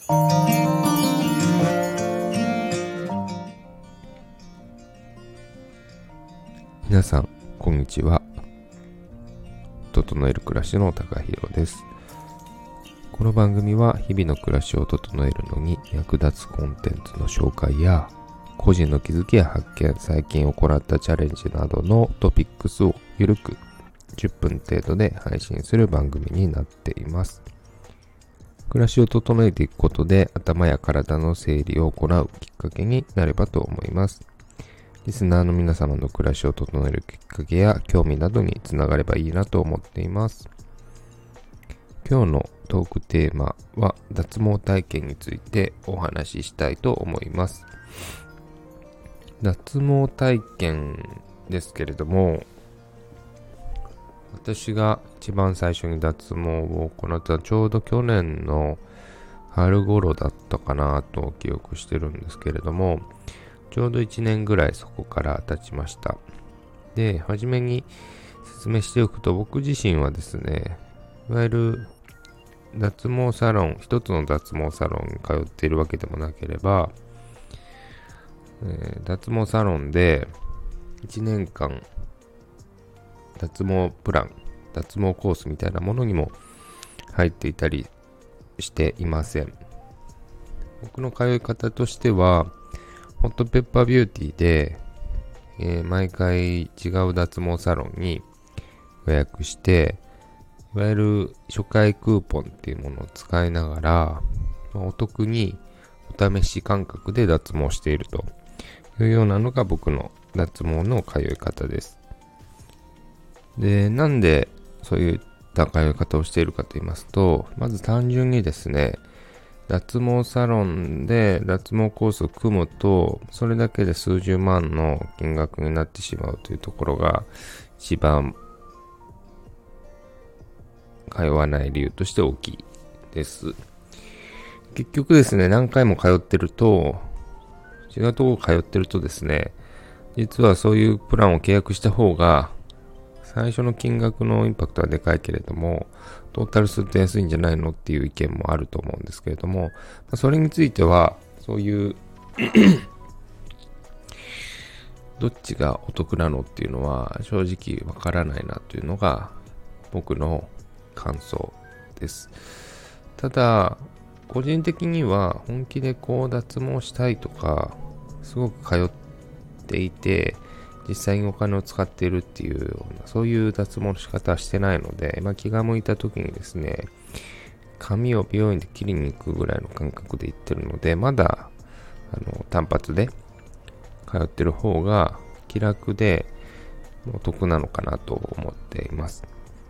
皆さんこんにちは。整える暮らしの高弘です。この番組は日々の暮らしを整えるのに役立つコンテンツの紹介や個人の気づきや発見、最近行ったチャレンジなどのトピックスをゆるく10分程度で配信する番組になっています。暮らしを整えていくことで頭や体の整理を行うきっかけになればと思います。リスナーの皆様の暮らしを整えるきっかけや興味などにつながればいいなと思っています。今日のトークテーマは脱毛体験についてお話ししたいと思います。脱毛体験ですけれども、私が一番最初に脱毛を行ったちょうど去年の春頃だったかなと記憶してるんですけれども、ちょうど1年ぐらいそこから経ちました。で、はじめに説明しておくと、僕自身はですね、いわゆる脱毛サロン、一つの脱毛サロンに通っているわけでもなければ、脱毛サロンで1年間脱毛プラン、脱毛コースみたいなものにも入っていたりしていません。僕の通い方としては、ホットペッパービューティーで、毎回違う脱毛サロンに予約して、いわゆる初回クーポンっていうものを使いながら、お得にお試し感覚で脱毛しているというようなのが僕の脱毛の通い方です。で、なんでそういった通い方をしているかと言いますと、まず単純にですね、脱毛サロンで脱毛コースを組むと、それだけで数十万の金額になってしまうというところが一番通わない理由として大きいです。結局ですね、何回も通ってると、違うところ通ってるとですね、実はそういうプランを契約した方が、最初の金額のインパクトはでかいけれども、トータルすると安いんじゃないのっていう意見もあると思うんですけれども、それについては、そういうどっちがお得なのっていうのは正直わからないなというのが僕の感想です。ただ、個人的には本気で脱毛したいとか、すごく通っていて、実際にお金を使っているっていうような、そういう脱毛の仕方はしてないので、気が向いた時にですね、髪を美容院で切りに行くぐらいの感覚で行ってるので、まだ単発で通ってる方が気楽でお得なのかなと思っています。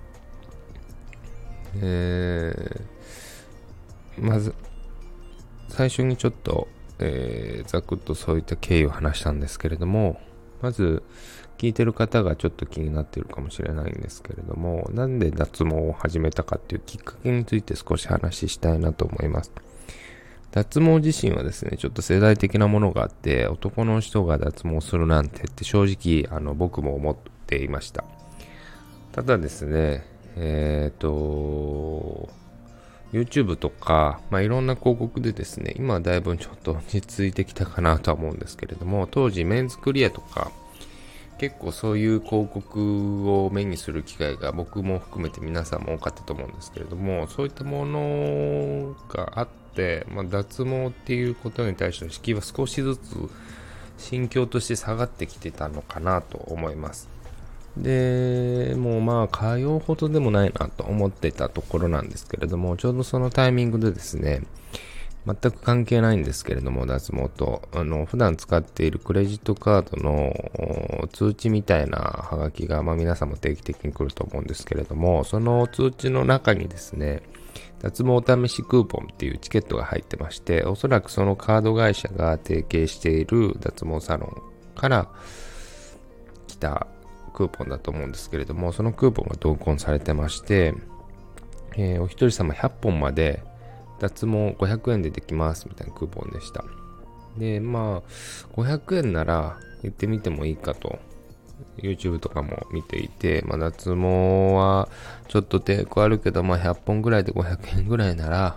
まず最初にちょっと、ざくっとそういった経緯を話したんですけれども、まず聞いてる方がちょっと気になっているかもしれないんですけれども、なんで脱毛を始めたかっていうきっかけについて少し話したいなと思います。脱毛自身はですね、ちょっと世代的なものがあって、男の人が脱毛するなんてって正直僕も思っていました。ただですね、YouTube とか、いろんな広告でですね、今はだいぶちょっと落ち着いてきたかなとは思うんですけれども、当時メンズクリアとか、結構そういう広告を目にする機会が僕も含めて皆さんも多かったと思うんですけれども、そういったものがあって、脱毛っていうことに対しての敷居は少しずつ心境として下がってきてたのかなと思います。で、もう通うほどでもないなと思ってたところなんですけれども、ちょうどそのタイミングでですね、全く関係ないんですけれども、脱毛と、普段使っているクレジットカードの通知みたいなハガキが、皆さんも定期的に来ると思うんですけれども、その通知の中にですね、脱毛お試しクーポンっていうチケットが入ってまして、おそらくそのカード会社が提携している脱毛サロンから来たクーポンだと思うんですけれども、そのクーポンが同梱されてまして、お一人様100本まで脱毛500円でできますみたいなクーポンでした。で、500円なら言ってみてもいいかと YouTube とかも見ていて、脱毛はちょっと抵抗あるけど、100本ぐらいで500円ぐらいなら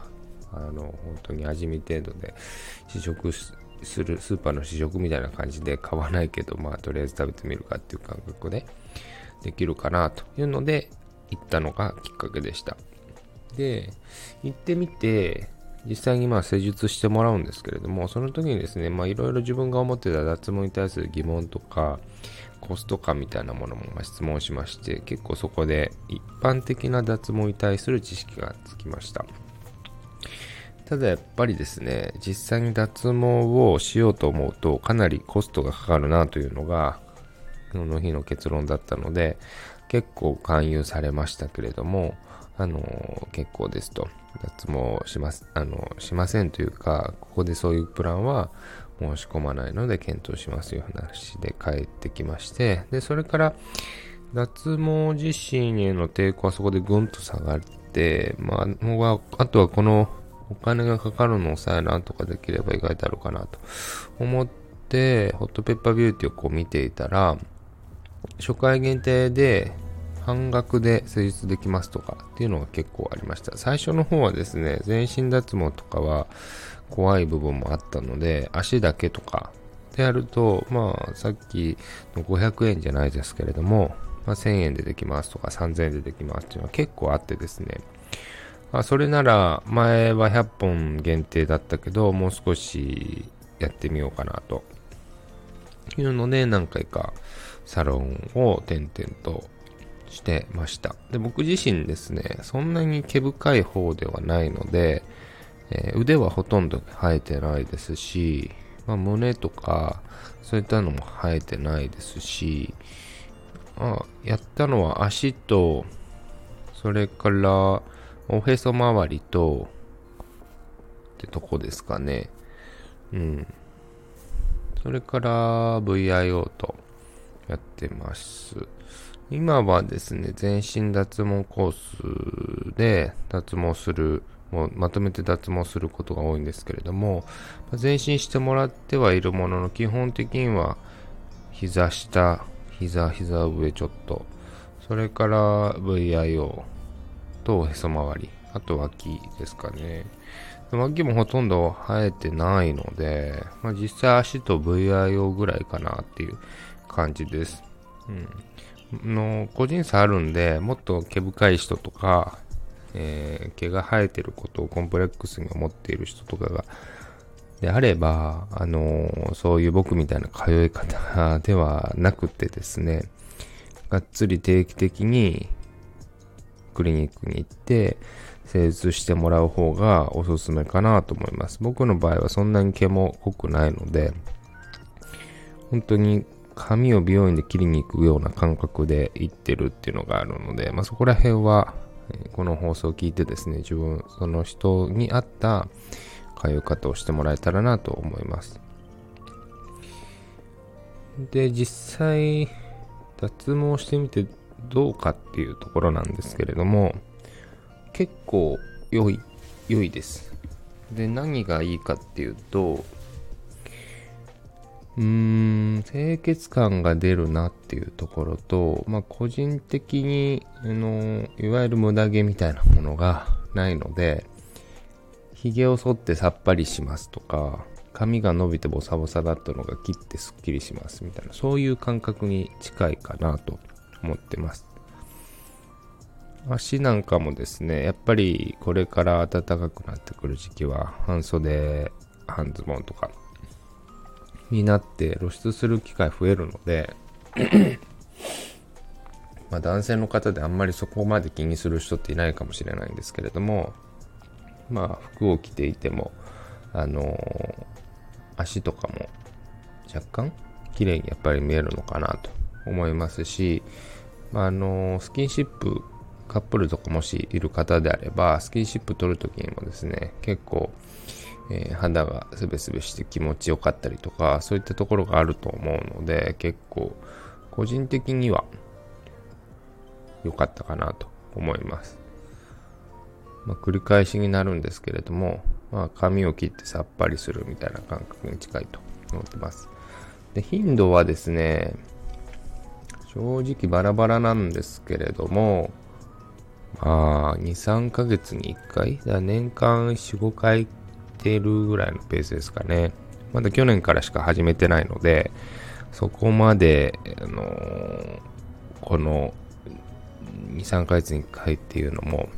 本当に味見程度で試食する、スーパーの試食みたいな感じで買わないけど、とりあえず食べてみるかっていう感覚でできるかなというので行ったのがきっかけでした。で、行ってみて、実際に施術してもらうんですけれども、その時にですね、いろいろ自分が思ってた脱毛に対する疑問とか、コスト感みたいなものも質問しまして、結構そこで一般的な脱毛に対する知識がつきました。ただやっぱりですね、実際に脱毛をしようと思うとかなりコストがかかるなというのが、その日の結論だったので、結構勧誘されましたけれども、結構ですと、脱毛します、しませんというか、ここでそういうプランは申し込まないので検討しますという話で帰ってきまして、で、それから脱毛自身への抵抗はそこでぐんと下がって、あとはこのお金がかかるのをさえなんとかできれば意外とあるかなと思って、ホットペッパービューティーを見ていたら、初回限定で半額で施術できますとかっていうのが結構ありました。最初の方はですね、全身脱毛とかは怖い部分もあったので、足だけとかでやると、さっきの500円じゃないですけれども、1000円でできますとか3000円でできますっていうのは結構あってですね、それなら前は100本限定だったけど、もう少しやってみようかなというので、何回かサロンを転々としてました。で、僕自身ですね、そんなに毛深い方ではないので、腕はほとんど生えてないですし、胸とかそういったのも生えてないですし、やったのは足と、それからおへそ周りとってとこですかね。それから VIO とやってます。今はですね、全身脱毛コースで脱毛する、もうまとめて脱毛することが多いんですけれども、全身してもらってはいるものの、基本的には膝下、膝上ちょっと、それから VIO とへそ周り、あと脇ですかね。脇もほとんど生えてないので、実際足と VIO ぐらいかなっていう感じです。個人差あるんで、もっと毛深い人とか、毛が生えてることをコンプレックスに思っている人とかが、であれば、そういう僕みたいな通い方ではなくてですね、がっつり定期的にクリニックに行って施術してもらう方がおすすめかなと思います。僕の場合はそんなに毛も濃くないので、本当に髪を美容院で切りに行くような感覚で行ってるっていうのがあるので、そこら辺はこの放送を聞いてですね、自分その人に合った通い方をしてもらえたらなと思います。で、実際脱毛してみてどうかっていうところなんですけれども、結構良いです。で、何がいいかっていうと、清潔感が出るなっていうところと、個人的にいわゆる無駄毛みたいなものがないので、髭を剃ってさっぱりしますとか、髪が伸びてボサボサだったのが切ってすっきりしますみたいな、そういう感覚に近いかなと思ってます。足なんかもですね、やっぱりこれから暖かくなってくる時期は半袖半ズボンとかになって露出する機会増えるので男性の方であんまりそこまで気にする人っていないかもしれないんですけれども、服を着ていても足とかも若干綺麗にやっぱり見えるのかなと思いますし、スキンシップカップルとかもしいる方であれば、スキンシップ取るときにもですね、結構、肌がスベスベして気持ちよかったりとか、そういったところがあると思うので、結構個人的には良かったかなと思います。繰り返しになるんですけれども、髪を切ってさっぱりするみたいな感覚に近いと思ってます。で、頻度はですね、正直バラバラなんですけれども、 まあ、2、3ヶ月に1回、だから年間4、5回行ってるぐらいのペースですかね。まだ去年からしか始めてないので、そこまで、この2、3ヶ月に1回っていうのも、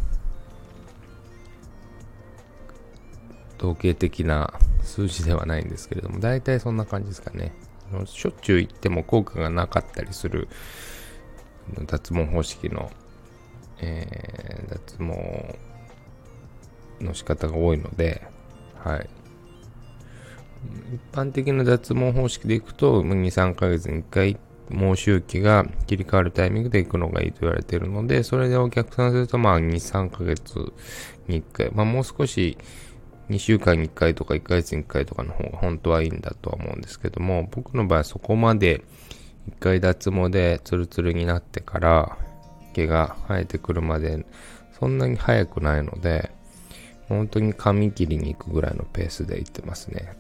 統計的な数字ではないんですけれども、大体そんな感じですかね。しょっちゅう行っても効果がなかったりする脱毛方式の、脱毛の仕方が多いので、はい。一般的な脱毛方式でいくと、2、3ヶ月に1回、毛周期が切り替わるタイミングで行くのがいいと言われているので、それでお客さんすると、まあ、2、3ヶ月に1回、まあ、もう少し、2週間に1回とか1ヶ月に1回とかの方が本当はいいんだとは思うんですけども、僕の場合はそこまで1回脱毛でツルツルになってから毛が生えてくるまでそんなに早くないので、本当に髪切りに行くぐらいのペースで行ってますね。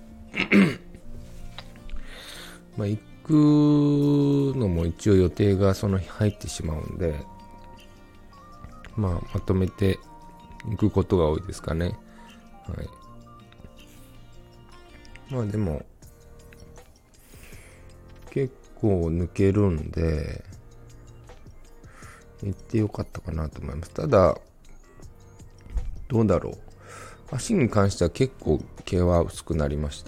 まあ行くのも一応予定がその日入ってしまうんで、まあまとめて行くことが多いですかね。はい。まあでも結構抜けるんで行ってよかったかなと思います。ただどうだろう、足に関しては結構毛は薄くなりました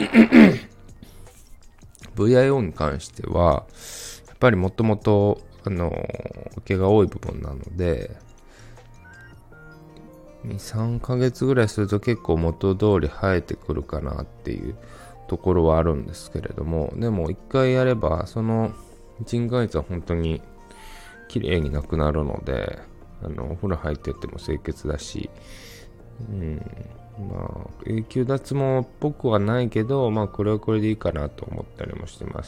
。VIO に関してはやっぱりもともと毛が多い部分なので、2、3ヶ月ぐらいすると結構元通り生えてくるかなっていうところはあるんですけれども、でも1回やればその1、2ヶ月は本当に綺麗になくなるので、お風呂入ってても清潔だし、まあ永久脱毛っぽくはないけど、まあこれはこれでいいかなと思ったりもしてます。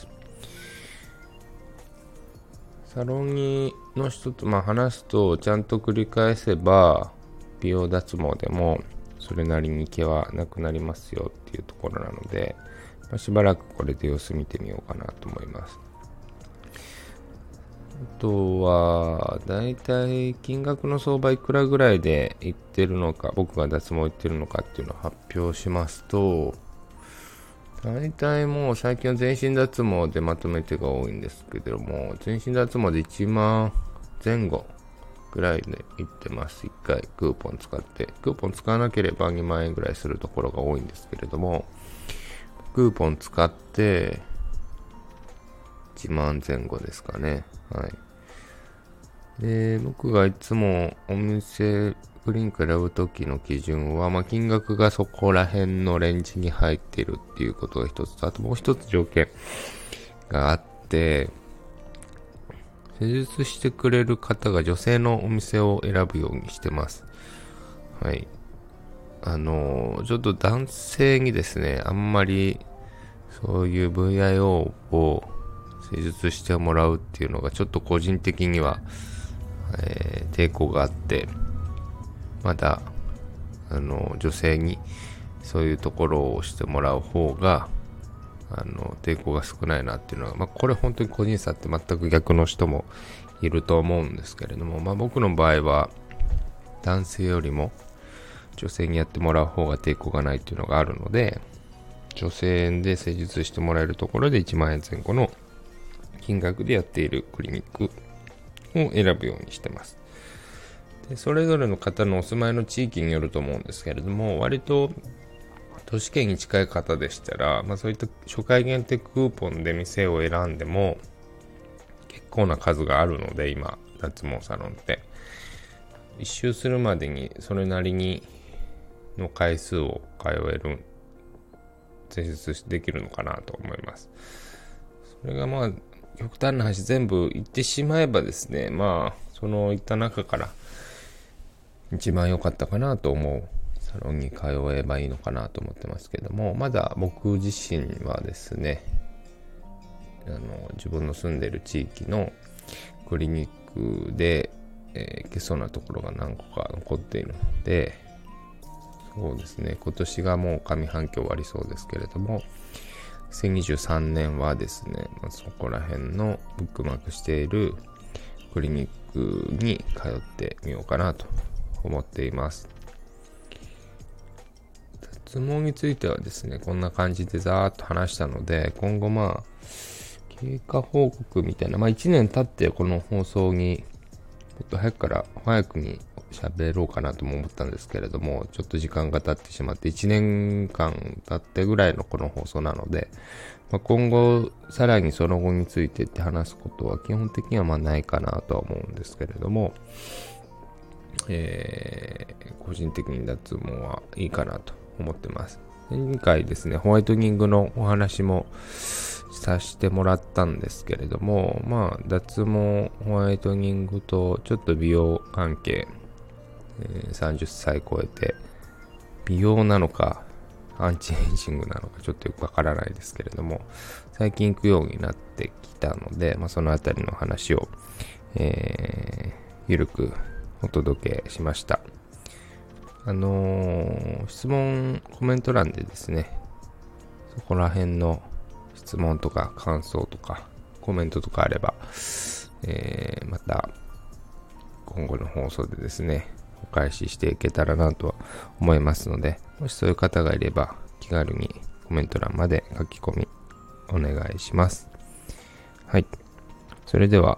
サロンの人と話すと、ちゃんと繰り返せば美容脱毛でもそれなりに毛はなくなりますよっていうところなので、しばらくこれで様子見てみようかなと思います。あとはだいたい金額の相場いくらぐらいで行ってるのか、僕が脱毛行ってるのかっていうのを発表しますと、だいたいもう最近は全身脱毛でまとめてが多いんですけども、全身脱毛で1万前後ぐらいで行ってます。1回クーポン使って。クーポン使わなければ2万円ぐらいするところが多いんですけれども、クーポン使って1万前後ですかね。はい。で、僕がいつもお店クリニック選ぶ時の基準は、金額がそこら辺のレンジに入っているっていうことが一つと、あともう一つ条件があって、施術してくれる方が女性のお店を選ぶようにしてます。はい。ちょっと男性にですね、あんまりそういう VIO を施術してもらうっていうのがちょっと個人的には、抵抗があって、まだ女性にそういうところをしてもらう方が抵抗が少ないなっていうのは、これ本当に個人差って全く逆の人もいると思うんですけれども、僕の場合は男性よりも女性にやってもらう方が抵抗がないっていうのがあるので、女性で施術してもらえるところで1万円前後の金額でやっているクリニックを選ぶようにしてます。でそれぞれの方のお住まいの地域によると思うんですけれども、割と都市圏に近い方でしたら、そういった初回限定クーポンで店を選んでも結構な数があるので、今脱毛サロンって一周するまでにそれなりにの回数を通える施術できるのかなと思います。それが極端な話全部行ってしまえばですね、その行った中から一番良かったかなと思うサロンに通えばいいのかなと思ってますけども、まだ僕自身はですね、自分の住んでいる地域のクリニックで、行けそうなところが何個か残っているので、そうですね、今年がもう上半期終わりそうですけれども、2023年はですね、そこら辺のブックマークしているクリニックに通ってみようかなと思っています。脱毛についてはですね、こんな感じでざーっと話したので、今後経過報告みたいな、1年経ってこの放送にもっと早くに喋ろうかなとも思ったんですけれども、ちょっと時間が経ってしまって1年間経ってぐらいのこの放送なので、今後さらにその後についてって話すことは基本的にはないかなとは思うんですけれども、個人的に脱毛はいいかなと思ってます。前回ですね、ホワイトニングのお話もさせてもらったんですけれども、脱毛、ホワイトニングとちょっと美容関係、30歳超えて美容なのかアンチエイジングなのかちょっとよくわからないですけれども、最近行くようになってきたので、そのあたりの話を、ゆるくお届けしました。質問コメント欄でですね、そこら辺の質問とか感想とかコメントとかあれば、また今後の放送でですねお返ししていけたらなとは思いますので、もしそういう方がいれば気軽にコメント欄まで書き込みお願いします。はい、それでは、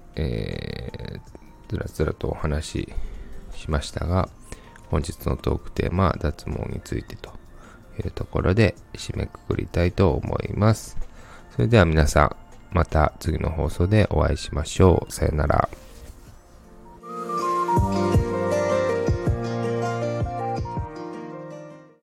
ずらずらとお話ししましたが、本日のトークテーマは脱毛についてというところで締めくくりたいと思います。それでは皆さん、また次の放送でお会いしましょう。さよなら。